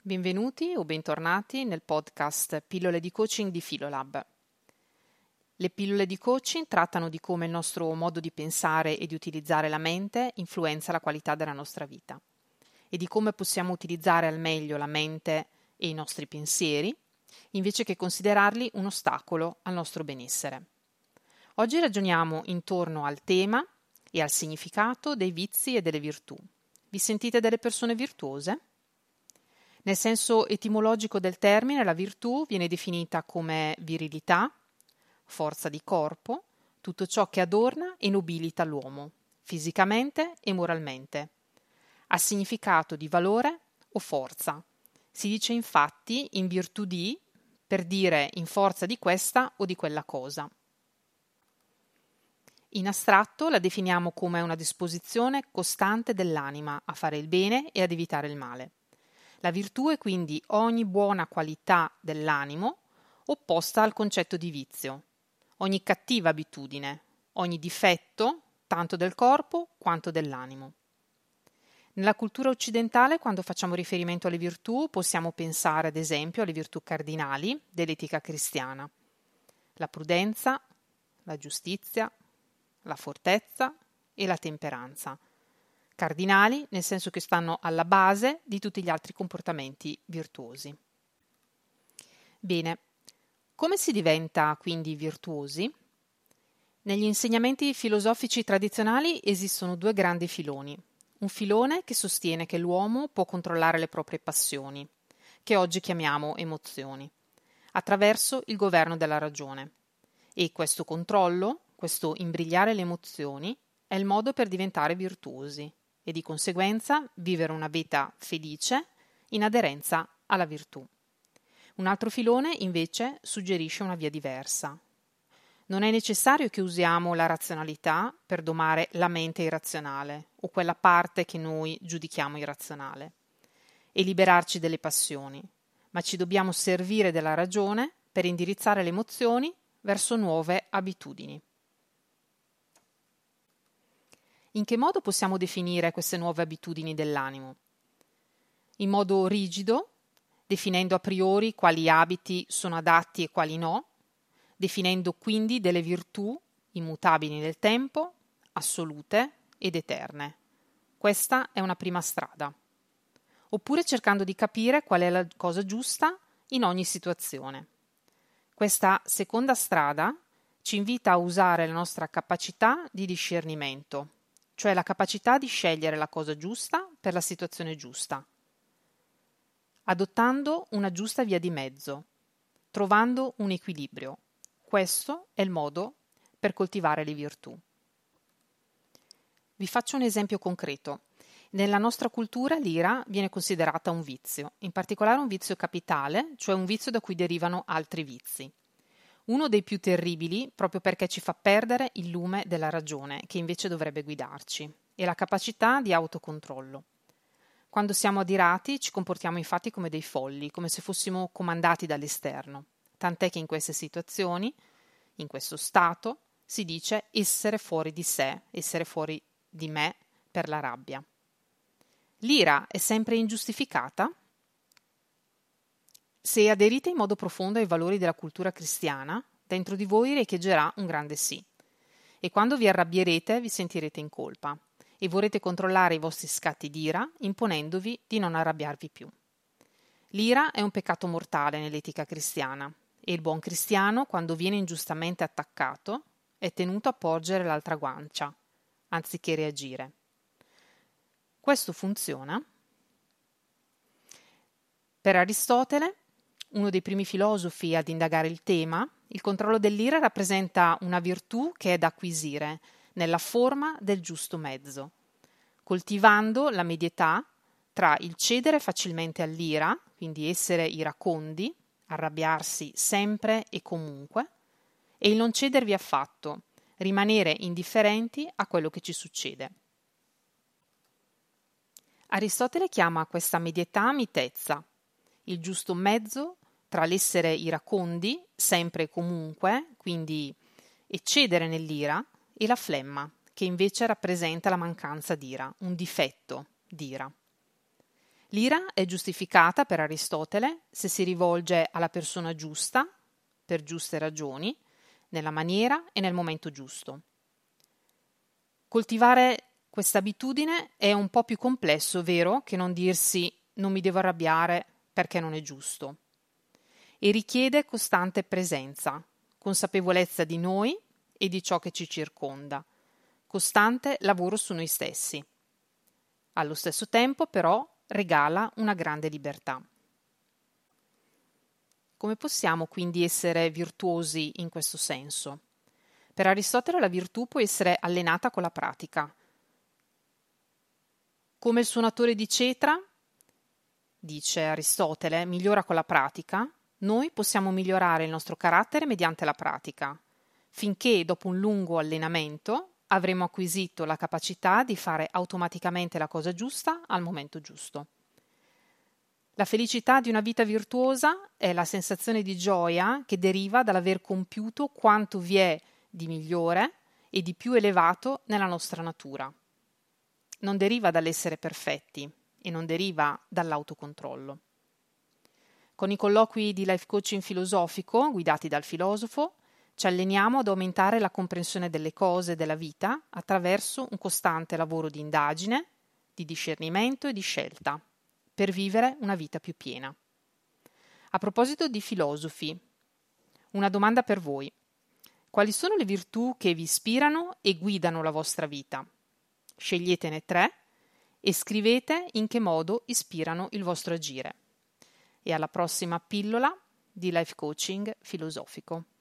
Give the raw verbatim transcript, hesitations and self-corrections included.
Benvenuti o bentornati nel podcast Pillole di Coaching di Philolab. Le pillole di coaching trattano di come il nostro modo di pensare e di utilizzare la mente influenza la qualità della nostra vita e di come possiamo utilizzare al meglio la mente e i nostri pensieri invece che considerarli un ostacolo al nostro benessere. Oggi ragioniamo intorno al tema e al significato dei vizi e delle virtù. Vi sentite delle persone virtuose? Nel senso etimologico del termine, la virtù viene definita come virilità, forza di corpo, tutto ciò che adorna e nobilita l'uomo, fisicamente e moralmente. Ha significato di valore o forza. Si dice infatti in virtù di, per dire in forza di questa o di quella cosa. In astratto la definiamo come una disposizione costante dell'anima a fare il bene e ad evitare il male. La virtù è quindi ogni buona qualità dell'animo opposta al concetto di vizio, ogni cattiva abitudine, ogni difetto tanto del corpo quanto dell'animo. Nella cultura occidentale, quando facciamo riferimento alle virtù, possiamo pensare ad esempio alle virtù cardinali dell'etica cristiana: la prudenza, la giustizia, la fortezza e la temperanza. Cardinali nel senso che stanno alla base di tutti gli altri comportamenti virtuosi. Bene, come si diventa quindi virtuosi? Negli insegnamenti filosofici tradizionali esistono due grandi filoni. Un filone che sostiene che l'uomo può controllare le proprie passioni, che oggi chiamiamo emozioni, attraverso il governo della ragione. E questo controllo, questo imbrigliare le emozioni, è il modo per diventare virtuosi e di conseguenza vivere una vita felice in aderenza alla virtù. Un altro filone invece suggerisce una via diversa. Non è necessario che usiamo la razionalità per domare la mente irrazionale o quella parte che noi giudichiamo irrazionale e liberarci delle passioni, ma ci dobbiamo servire della ragione per indirizzare le emozioni verso nuove abitudini. In che modo possiamo definire queste nuove abitudini dell'animo? In modo rigido, definendo a priori quali abiti sono adatti e quali no, definendo quindi delle virtù immutabili nel tempo, assolute ed eterne. Questa è una prima strada. Oppure cercando di capire qual è la cosa giusta in ogni situazione. Questa seconda strada ci invita a usare la nostra capacità di discernimento, cioè la capacità di scegliere la cosa giusta per la situazione giusta, adottando una giusta via di mezzo, trovando un equilibrio. Questo è il modo per coltivare le virtù. Vi faccio un esempio concreto. Nella nostra cultura l'ira viene considerata un vizio, in particolare un vizio capitale, cioè un vizio da cui derivano altri vizi. Uno dei più terribili proprio perché ci fa perdere il lume della ragione, che invece dovrebbe guidarci, e la capacità di autocontrollo. Quando siamo adirati ci comportiamo infatti come dei folli, come se fossimo comandati dall'esterno, tant'è che in queste situazioni, in questo stato, si dice essere fuori di sé, essere fuori di me per la rabbia. L'ira è sempre ingiustificata? Se aderite in modo profondo ai valori della cultura cristiana, dentro di voi riecheggerà un grande sì. E quando vi arrabbierete vi sentirete in colpa e vorrete controllare i vostri scatti d'ira imponendovi di non arrabbiarvi più. L'ira è un peccato mortale nell'etica cristiana e il buon cristiano, quando viene ingiustamente attaccato, è tenuto a porgere l'altra guancia, anziché reagire. Questo funziona? Per Aristotele, uno dei primi filosofi ad indagare il tema, il controllo dell'ira rappresenta una virtù che è da acquisire nella forma del giusto mezzo, coltivando la medietà tra il cedere facilmente all'ira, quindi essere iracondi, arrabbiarsi sempre e comunque, e il non cedervi affatto, rimanere indifferenti a quello che ci succede. Aristotele chiama questa medietà mitezza, il giusto mezzo tra l'essere iracondi, sempre e comunque, quindi eccedere nell'ira, e la flemma, che invece rappresenta la mancanza d'ira, un difetto d'ira. L'ira è giustificata per Aristotele se si rivolge alla persona giusta, per giuste ragioni, nella maniera e nel momento giusto. Coltivare questa abitudine è un po' più complesso, vero, che non dirsi non mi devo arrabbiare perché non è giusto. E richiede costante presenza, consapevolezza di noi e di ciò che ci circonda, costante lavoro su noi stessi. Allo stesso tempo, però, regala una grande libertà. Come possiamo quindi essere virtuosi in questo senso? Per Aristotele la virtù può essere allenata con la pratica. Come il suonatore di cetra, dice Aristotele, migliora con la pratica, noi possiamo migliorare il nostro carattere mediante la pratica, finché dopo un lungo allenamento avremo acquisito la capacità di fare automaticamente la cosa giusta al momento giusto. La felicità di una vita virtuosa è la sensazione di gioia che deriva dall'aver compiuto quanto vi è di migliore e di più elevato nella nostra natura. Non deriva dall'essere perfetti e non deriva dall'autocontrollo. Con i colloqui di life coaching filosofico guidati dal filosofo ci alleniamo ad aumentare la comprensione delle cose e della vita attraverso un costante lavoro di indagine, di discernimento e di scelta, per vivere una vita più piena. A proposito di filosofi, una domanda per voi. Quali sono le virtù che vi ispirano e guidano la vostra vita? Sceglietene tre e scrivete in che modo ispirano il vostro agire. E alla prossima pillola di life coaching filosofico.